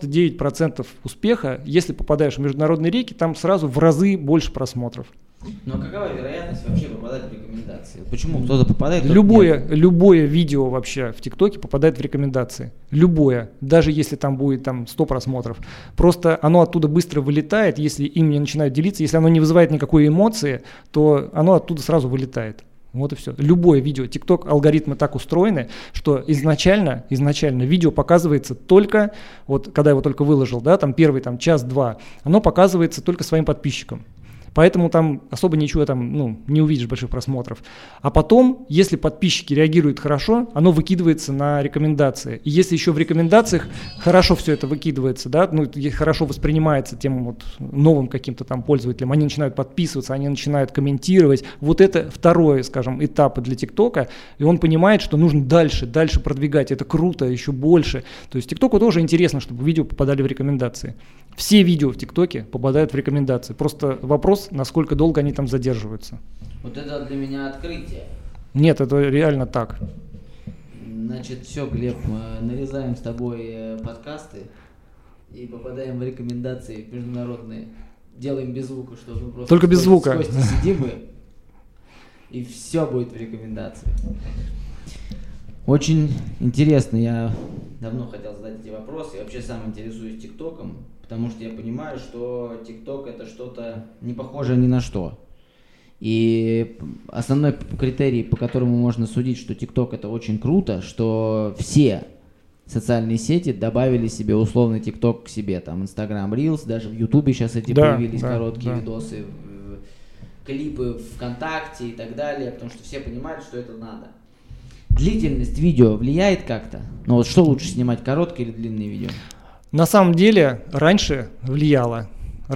99% успеха, если попадаешь в международные реки, там сразу в разы больше просмотров. Но какова вероятность вообще попадать в рекомендации? Почему кто-то попадает? Любое видео вообще в ТикТоке попадает в рекомендации. Любое. Даже если там будет там 100 просмотров. Просто оно оттуда быстро вылетает, если им не начинают делиться. Если оно не вызывает никакой эмоции, то оно оттуда сразу вылетает. Вот и все. Любое видео. TikTok алгоритмы так устроены, что изначально видео показывается только, вот когда я его только выложил, да, там первый там, час-два, оно показывается только своим подписчикам. Поэтому там особо ничего там, ну, не увидишь больших просмотров. А потом, если подписчики реагируют хорошо, оно выкидывается на рекомендации. И если еще в рекомендациях хорошо все это выкидывается, да, ну, хорошо воспринимается тем вот новым каким-то там пользователям, они начинают подписываться, они начинают комментировать. Вот это второй, скажем, этап для ТикТока, и он понимает, что нужно дальше продвигать. Это круто, еще больше. То есть ТикТоку тоже интересно, чтобы видео попадали в рекомендации. Все видео в ТикТоке попадают в рекомендации. Просто вопрос, насколько долго они там задерживаются. Вот это для меня открытие. Нет, это реально так. Значит, все, Глеб, мы нарезаем с тобой подкасты и попадаем в рекомендации международные. Делаем без звука, чтобы мы просто только без звука. С Костей сидим и все будет в рекомендации. Очень интересно, я давно хотел задать эти вопросы, я вообще сам интересуюсь ТикТоком, потому что я понимаю, что ТикТок это что-то не похожее ни на что. И основной критерий, по которому можно судить, что ТикТок это очень круто, что все социальные сети добавили себе условный ТикТок к себе, там Instagram Reels, даже в Ютубе сейчас эти появились короткие видосы, клипы ВКонтакте и так далее, потому что все понимают, что это надо. Длительность видео влияет как-то? Ну вот что лучше снимать, короткие или длинные видео? На самом деле раньше влияло,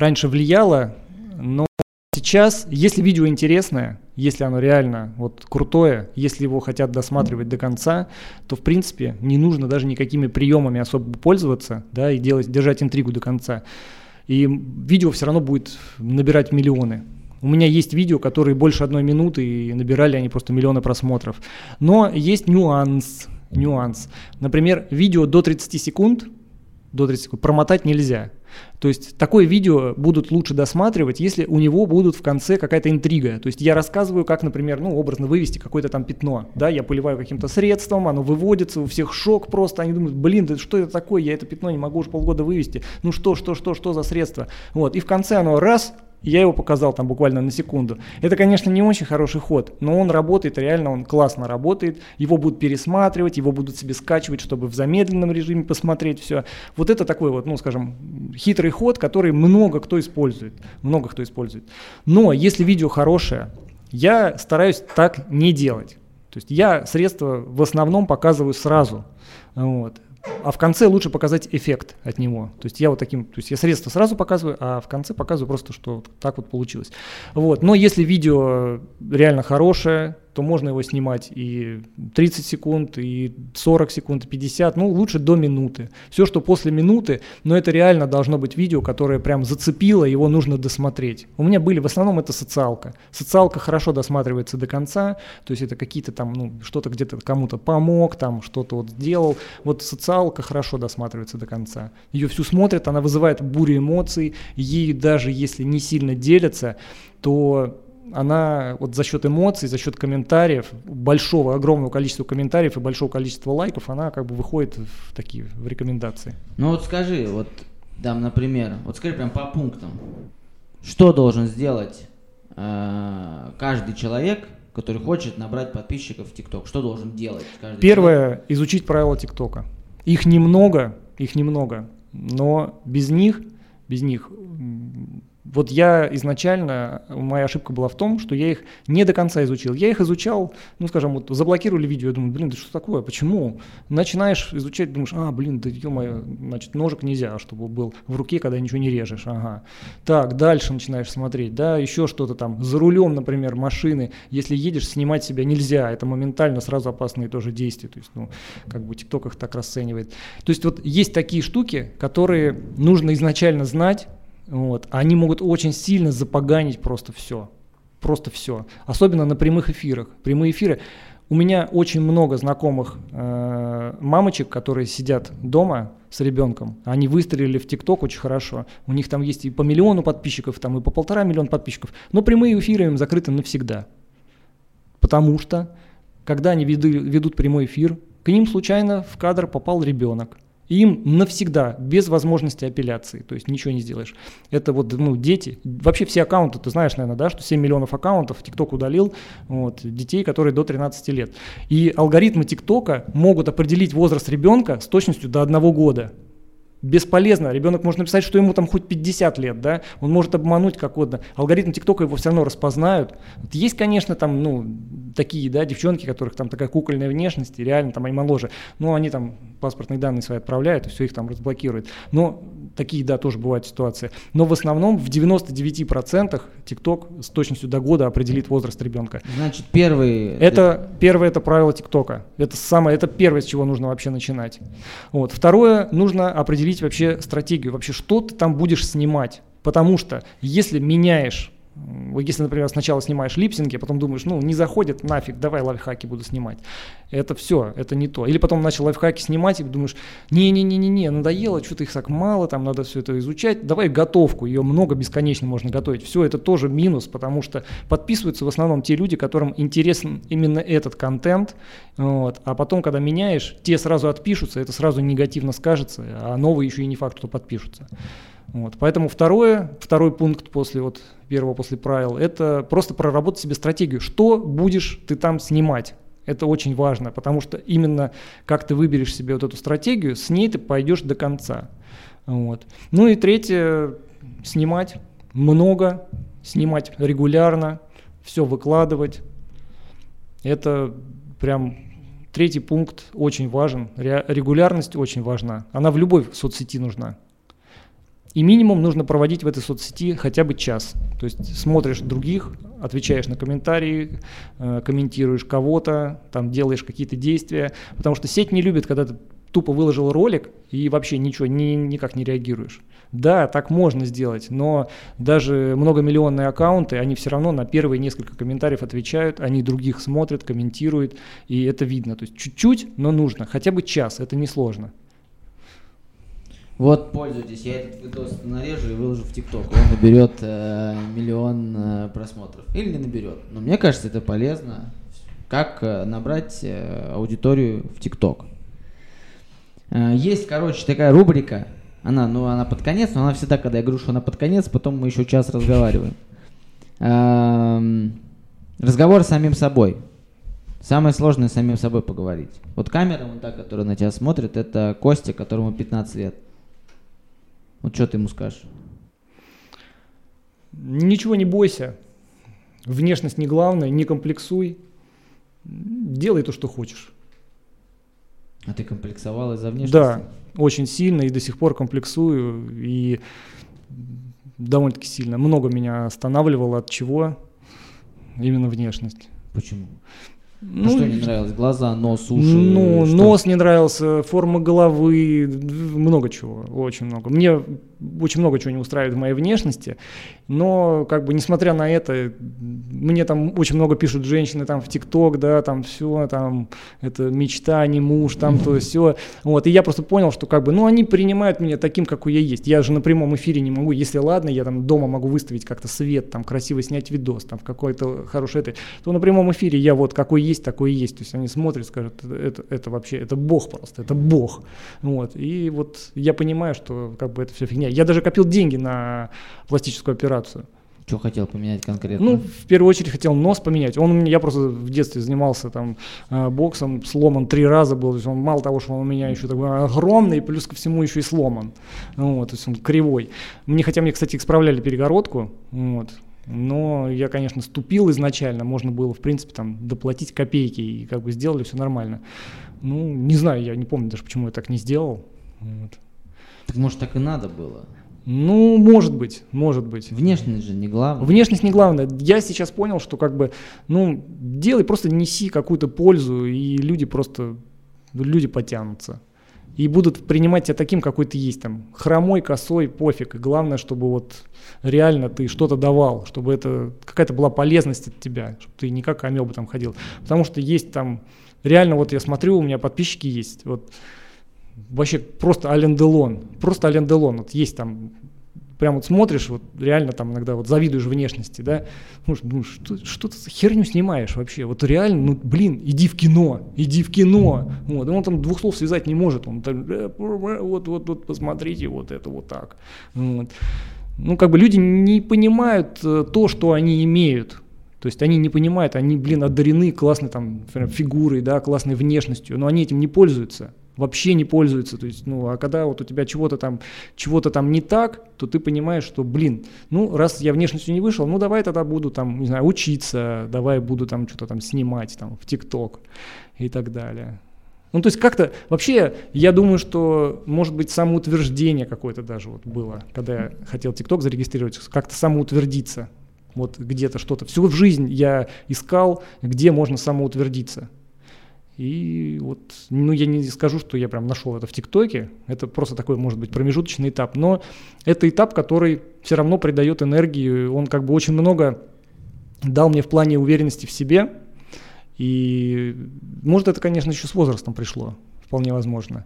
но сейчас, если видео интересное, если оно реально вот крутое, если его хотят досматривать до конца, то в принципе не нужно даже никакими приемами особо пользоваться, да, и держать интригу до конца. И видео все равно будет набирать миллионы. У меня есть видео, которые больше 1 минуты, и набирали они просто миллионы просмотров. Но есть нюанс. Например, видео до 30 секунд промотать нельзя. То есть такое видео будут лучше досматривать, если у него будут в конце какая-то интрига. То есть я рассказываю, как, например, образно вывести какое-то там пятно. Да, я поливаю каким-то средством, оно выводится, у всех шок просто. Они думают, блин, да что это такое, я это пятно не могу уже полгода вывести. Ну что за средство? Вот. И в конце оно раз, я его показал там буквально на секунду. Это, конечно, не очень хороший ход, но он работает, реально он классно работает. Его будут пересматривать, его будут себе скачивать, чтобы в замедленном режиме посмотреть все. Вот это такой вот, скажем, хитрый ход, который много кто использует. Но если видео хорошее, я стараюсь так не делать. То есть я средства в основном показываю сразу. Вот. А в конце лучше показать эффект от него. То есть я средства сразу показываю, а в конце показываю просто, что так вот получилось. Вот. Но если видео реально хорошее, то можно его снимать и 30 секунд, и 40 секунд, и 50, лучше до минуты. Все, что после минуты, но это реально должно быть видео, которое прям зацепило, его нужно досмотреть. У меня в основном это социалка. Социалка хорошо досматривается до конца, то есть это какие-то там, что-то где-то кому-то помог, там что-то вот сделал. Вот социалка хорошо досматривается до конца. Ее всю смотрят, она вызывает бурю эмоций, ей даже если не сильно делятся, то она вот за счет эмоций, за счет комментариев, большого, огромного количества комментариев и большого количества лайков, она как бы выходит в рекомендации. Ну вот скажи, вот там, например, вот скажи прям по пунктам, что должен сделать каждый человек, который хочет набрать подписчиков в ТикТок, что должен делать каждый Первое, изучить правила ТикТока. Их немного, но без них, вот я изначально, моя ошибка была в том, что я их не до конца изучил. Я их изучал, ну скажем, вот заблокировали видео, я думаю, блин, да что такое, почему? Начинаешь изучать, думаешь, блин, да ё-моё, значит, ножик нельзя, чтобы был в руке, когда ничего не режешь, ага. Так, дальше начинаешь смотреть, да, еще что-то там, за рулем, например, машины, если едешь, снимать себя нельзя, это моментально сразу опасные тоже действия, то есть, ну, как бы TikTok их так расценивает. То есть вот есть такие штуки, которые нужно изначально знать. Вот. Они могут очень сильно запоганить просто все. Особенно на прямых эфирах. Прямые эфиры. У меня очень много знакомых мамочек, которые сидят дома с ребенком. Они выстрелили в ТикТок очень хорошо. У них там есть и по 1 миллиону подписчиков, там и по 1,5 миллиона подписчиков. Но прямые эфиры им закрыты навсегда. Потому что, когда они ведут прямой эфир, к ним случайно в кадр попал ребенок. И им навсегда, без возможности апелляции, то есть ничего не сделаешь. Это вот, ну, дети, вообще все аккаунты, ты знаешь, наверное, да, что 7 миллионов аккаунтов TikTok удалил, вот, детей, которые до 13 лет. И алгоритмы ТикТока могут определить возраст ребенка с точностью до 1 года. Бесполезно. Ребенок может написать, что ему там хоть 50 лет, да, он может обмануть как угодно. Алгоритмы ТикТока его все равно распознают. Вот есть, конечно, там, ну, такие, да, девчонки, у которых там такая кукольная внешность, и реально там они моложе, но они там паспортные данные свои отправляют, и все их там разблокируют. Но такие, да, тоже бывают ситуации. Но в основном в 99% ТикТок с точностью до года определит возраст ребенка. Значит, первое это правило ТикТока. Это первое, с чего нужно вообще начинать. Вот. Второе, нужно определить вообще стратегию, вообще что ты там будешь снимать. Потому что если меняешь, если, например, сначала снимаешь липсинги, а потом думаешь, ну не заходит, нафиг, давай лайфхаки буду снимать. Это все, это не то. Или потом начал лайфхаки снимать и думаешь, не, надоело, что-то их так мало, там надо все это изучать, давай готовку, ее много, бесконечно можно готовить. Все это тоже минус, потому что подписываются в основном те люди, которым интересен именно этот контент, вот. А потом, когда меняешь, те сразу отпишутся, это сразу негативно скажется, а новые еще и не факт, что подпишутся. Вот. Поэтому второй пункт после правил, это просто проработать себе стратегию, что будешь ты там снимать. Это очень важно, потому что именно как ты выберешь себе вот эту стратегию, с ней ты пойдешь до конца. Вот. Ну и третье, снимать много, снимать регулярно, все выкладывать. Это прям третий пункт очень важен. Регулярность очень важна. Она в любой соцсети нужна. И минимум нужно проводить в этой соцсети хотя бы час. То есть смотришь других, отвечаешь на комментарии, комментируешь кого-то, там делаешь какие-то действия. Потому что сеть не любит, когда ты тупо выложил ролик и вообще ничего, никак не реагируешь. Да, так можно сделать, но даже многомиллионные аккаунты, они все равно на первые несколько комментариев отвечают, они других смотрят, комментируют, и это видно. То есть чуть-чуть, но нужно, хотя бы час, это несложно. Вот, пользуйтесь, я этот видос нарежу и выложу в ТикТок. Он наберет 1 миллион просмотров. Или не наберет. Но мне кажется, это полезно. Как набрать аудиторию в ТикТок. Есть, короче, такая рубрика. Она под конец, но она всегда, когда я говорю, что она под конец, потом мы еще час разговариваем. Разговор с самим собой. Самое сложное с самим собой поговорить. Вот камера, вон та, которая на тебя смотрит, это Костя, которому 15 лет. Вот что ты ему скажешь? Ничего не бойся. Внешность не главное, не комплексуй. Делай то, что хочешь. А ты комплексовал из-за внешности? Да, очень сильно и до сих пор комплексую. И довольно-таки сильно. Много меня останавливало от чего? Именно внешность. Почему? Ну, что не нравилось? Глаза, нос, уши? Ну, что? нос не нравился, форма головы, много чего, очень много. Мне очень много чего не устраивает в моей внешности, но как бы несмотря на это, мне там очень много пишут женщины там в ТикТок, да, там все, там это мечта, не муж, там то все. Вот, и я просто понял, что как бы, ну, они принимают меня таким, какой я есть. Я же на прямом эфире не могу, если ладно, я там дома могу выставить как-то свет, там красиво снять видос, там в какой-то хороший то на прямом эфире я вот какой есть, такой и есть. То есть они смотрят, скажут, это вообще, это Бог просто, это Бог. Вот, и вот я понимаю, что как бы это все фигня. Я даже копил деньги на пластическую операцию. Что хотел поменять конкретно? Ну, в первую очередь хотел нос поменять. Я просто в детстве занимался там боксом, сломан 3 раза был. То есть он мало того, что он у меня еще такой огромный, плюс ко всему еще и сломан. Вот, то есть он кривой. Хотя мне, кстати, исправляли перегородку. Вот. Но я, конечно, ступил изначально. Можно было, в принципе, там доплатить копейки и как бы сделали все нормально. Ну, не знаю, я не помню даже, почему я так не сделал. Вот. Так может так и надо было? Ну, может быть. Внешность же не главное. Внешность не главное. Я сейчас понял, что как бы, ну, делай, просто неси какую-то пользу, и люди потянутся. И будут принимать тебя таким, какой ты есть, там, хромой, косой, пофиг. И главное, чтобы вот реально ты что-то давал, чтобы это какая-то была полезность от тебя, чтобы ты не как амеба там ходил. Потому что есть там, реально вот я смотрю, у меня подписчики есть, вот, вообще просто Ален Делон. Вот есть там, прям вот смотришь, вот реально там иногда вот завидуешь внешности, да, ну, что ты за херню снимаешь вообще, вот реально, ну, блин, иди в кино, вот, и он там 2 слов связать не может, он там, вот, посмотрите, вот это вот так, вот. Ну, как бы люди не понимают то, что они имеют. То есть они не понимают, они, одарены классной там фигурой, да, классной внешностью, но они этим не пользуются. Вообще не пользуются. То есть, ну, а когда вот у тебя чего-то там не так, то ты понимаешь, что, ну, раз я внешностью не вышел, ну, давай тогда буду там, не знаю, учиться, давай буду там что-то там снимать там в ТикТок и так далее. Ну, то есть как-то, вообще, я думаю, что, может быть, самоутверждение какое-то даже вот было, когда я хотел ТикТок зарегистрировать, как-то самоутвердиться. Вот где-то что-то. Всю жизнь я искал, где можно самоутвердиться. И вот, ну, я не скажу, что я прям нашел это в ТикТоке, это просто такой, может быть, промежуточный этап, но это этап, который все равно придает энергию, он как бы очень много дал мне в плане уверенности в себе, и может это, конечно, еще с возрастом пришло, вполне возможно,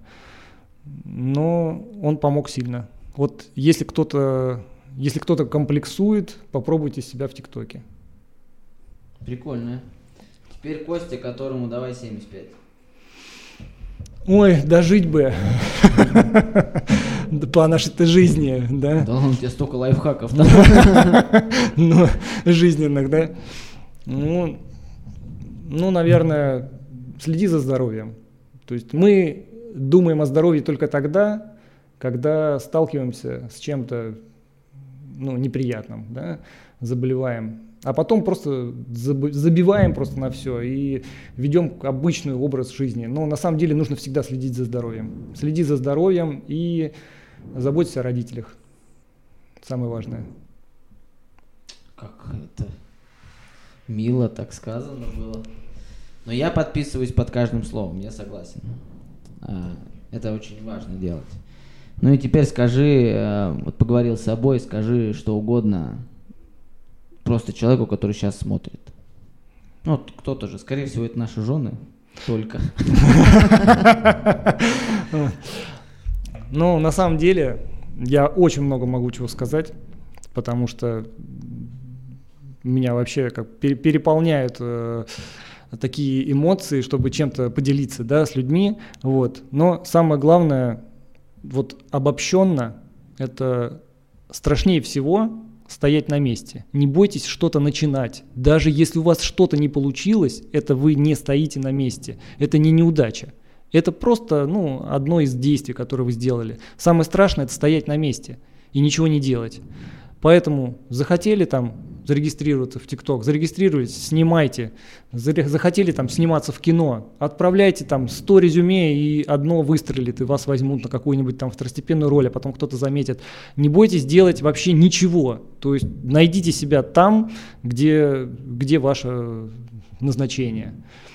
но он помог сильно. Вот если кто-то комплексует, попробуйте себя в ТикТоке. Прикольно. Теперь Костя, которому давай 75. Ой, дожить бы по нашей-то жизни, да? Да у тебя столько лайфхаков. Ну, жизненных, да? Ну, наверное, следи за здоровьем. То есть мы думаем о здоровье только тогда, когда сталкиваемся с чем-то, ну, неприятным, да, заболеваем. А потом просто забиваем просто на все и ведем обычный образ жизни. Но на самом деле нужно всегда следить за здоровьем. Следи за здоровьем и заботься о родителях. Самое важное. Как это мило так сказано было. Но я подписываюсь под каждым словом, я согласен. Это очень важно делать. Ну и теперь скажи, вот поговорил с собой, скажи что угодно просто человеку, который сейчас смотрит. Ну, вот кто-то же, скорее всего, это наши жены только. Ну, на самом деле, я очень много могу чего сказать, потому что меня вообще как переполняют такие эмоции, чтобы чем-то поделиться, да, с людьми. Вот. Но самое главное, вот обобщенно, это страшнее всего стоять на месте. Не бойтесь что-то начинать. Даже если у вас что-то не получилось, это вы не стоите на месте. Это не неудача. Это просто, ну, одно из действий, которое вы сделали. Самое страшное – это стоять на месте и ничего не делать. Поэтому захотели там зарегистрироваться в ТикТок, зарегистрируйтесь, снимайте. Захотели там сниматься в кино, отправляйте там 100 резюме, и одно выстрелит, и вас возьмут на какую-нибудь там второстепенную роль, а потом кто-то заметит. Не бойтесь делать вообще ничего. То есть найдите себя там, где ваше назначение.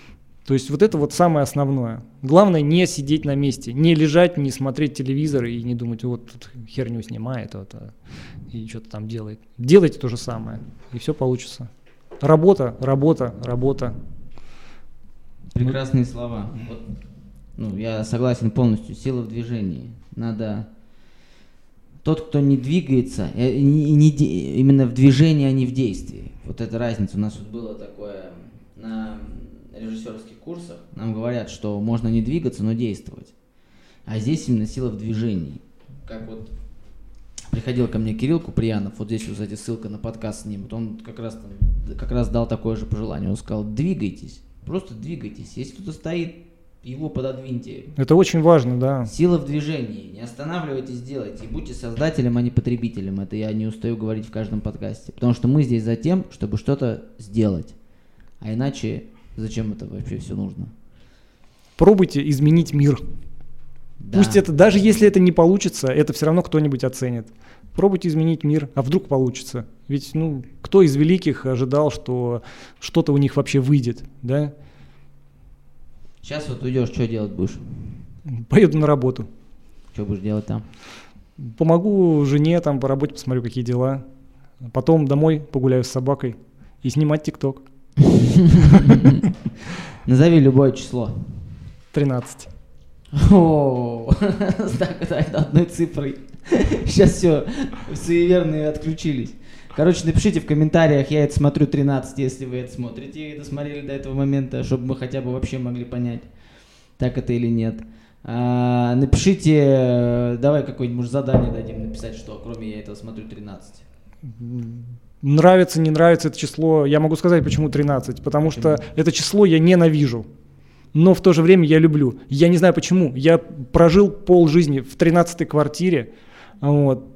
То есть вот это вот самое основное. Главное не сидеть на месте, не лежать, не смотреть телевизор и не думать, вот тут херню снимает, и что-то там делает. Делайте то же самое, и все получится. Работа, работа, работа. Прекрасные слова. Вот, я согласен полностью. Сила в движении. Надо... Тот, кто не двигается, именно в движении, а не в действии. Вот эта разница. У нас вот было такое на режиссерских курсах. Нам говорят, что можно не двигаться, но действовать. А здесь именно сила в движении. Как вот приходил ко мне Кирилл Куприянов, вот здесь, кстати, ссылка на подкаст с ним. Вот он как раз дал такое же пожелание. Он сказал, двигайтесь, просто двигайтесь. Если кто-то стоит, его пододвиньте. Это очень важно, да. Сила в движении. Не останавливайтесь, делайте. И будьте создателем, а не потребителем. Это я не устаю говорить в каждом подкасте. Потому что мы здесь за тем, чтобы что-то сделать. А иначе зачем это вообще все нужно? Пробуйте изменить мир. Да. Пусть это, даже если это не получится, это все равно кто-нибудь оценит. Пробуйте изменить мир, а вдруг получится. Ведь, кто из великих ожидал, что что-то у них вообще выйдет, да? Сейчас вот уйдешь, что делать будешь? Поеду на работу. Что будешь делать там? Помогу жене там по работе, посмотрю, какие дела. Потом домой погуляю с собакой и снимать ТикТок. Назови любое число. 13. О, так, одной цифрой. Сейчас все, суеверные отключились. Короче, напишите в комментариях, я это смотрю 13, если вы это смотрите и досмотрели до этого момента, чтобы мы хотя бы вообще могли понять, так это или нет. Напишите, давай какое-нибудь задание дадим написать, что кроме я этого смотрю 13. Нравится, не нравится это число, я могу сказать, почему 13, потому что это число я ненавижу, но в то же время я люблю. Я не знаю почему, я прожил полжизни в 13-й квартире, вот,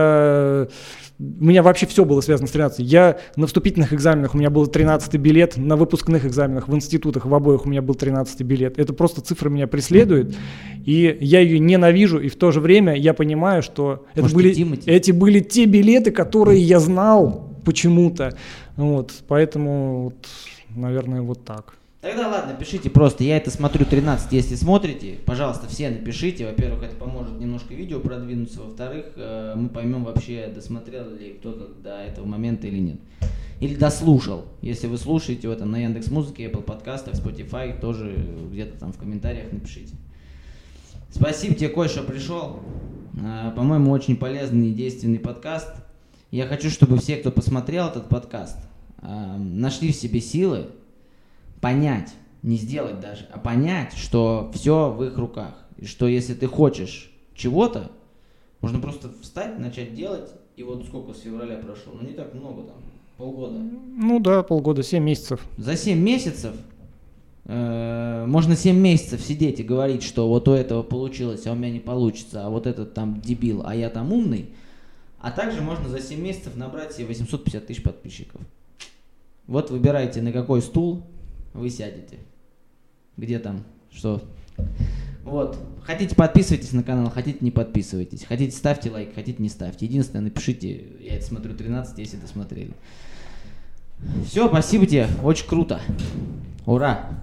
у меня вообще все было связано с 13. Я на вступительных экзаменах, у меня был 13-й билет, на выпускных экзаменах, в институтах, в обоих у меня был 13-й билет. Это просто цифра меня преследует, и я ее ненавижу, и в то же время я понимаю, что эти были те билеты, которые я знал почему-то. Вот, поэтому, наверное, вот так. Тогда ладно, пишите просто, я это смотрю 13, если смотрите, пожалуйста, все напишите, во-первых, это поможет немножко видео продвинуться, во-вторых, мы поймем вообще, досмотрел ли кто-то до этого момента или нет. Или дослушал, если вы слушаете это на Яндекс.Музыке, Apple подкастах, Spotify, тоже где-то там в комментариях напишите. Спасибо тебе, Коль, что пришел, по-моему, очень полезный и действенный подкаст. Я хочу, чтобы все, кто посмотрел этот подкаст, нашли в себе силы, понять, не сделать даже, а понять, что все в их руках. И что если ты хочешь чего-то, можно просто встать, начать делать. И вот сколько с февраля прошло? Не так много там, полгода. Полгода, 7 месяцев. За 7 месяцев можно 7 месяцев сидеть и говорить, что вот у этого получилось, а у меня не получится, а вот этот там дебил, а я там умный. А также можно за 7 месяцев набрать себе 850 тысяч подписчиков. Вот выбирайте, на какой стул вы сядете. Где там, что. Вот. Хотите, подписывайтесь на канал, хотите, не подписывайтесь. Хотите, ставьте лайк, хотите, не ставьте. Единственное, напишите, я это смотрю 13, если досмотрели. Все, спасибо тебе, очень круто. Ура!